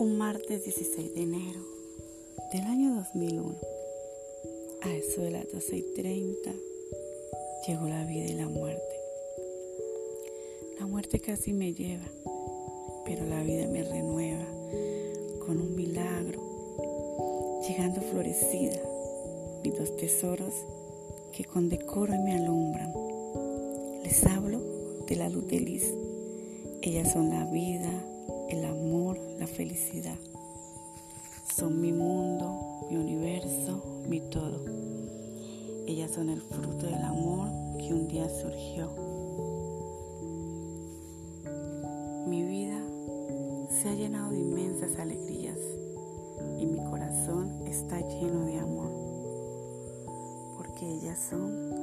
Un martes 16 de enero del año 2001, a eso de las 12:30, llegó la vida y la muerte. La muerte casi me lleva, pero la vida me renueva con un milagro, llegando florecida, mis dos tesoros que con decoro me alumbran. Les hablo de la luz de Lis. Ellas son la vida, el amor, la felicidad. Son mi mundo, mi universo, mi todo. Ellas son el fruto del amor que un día surgió. Mi vida se ha llenado de inmensas alegrías y mi corazón está lleno de amor, porque ellas son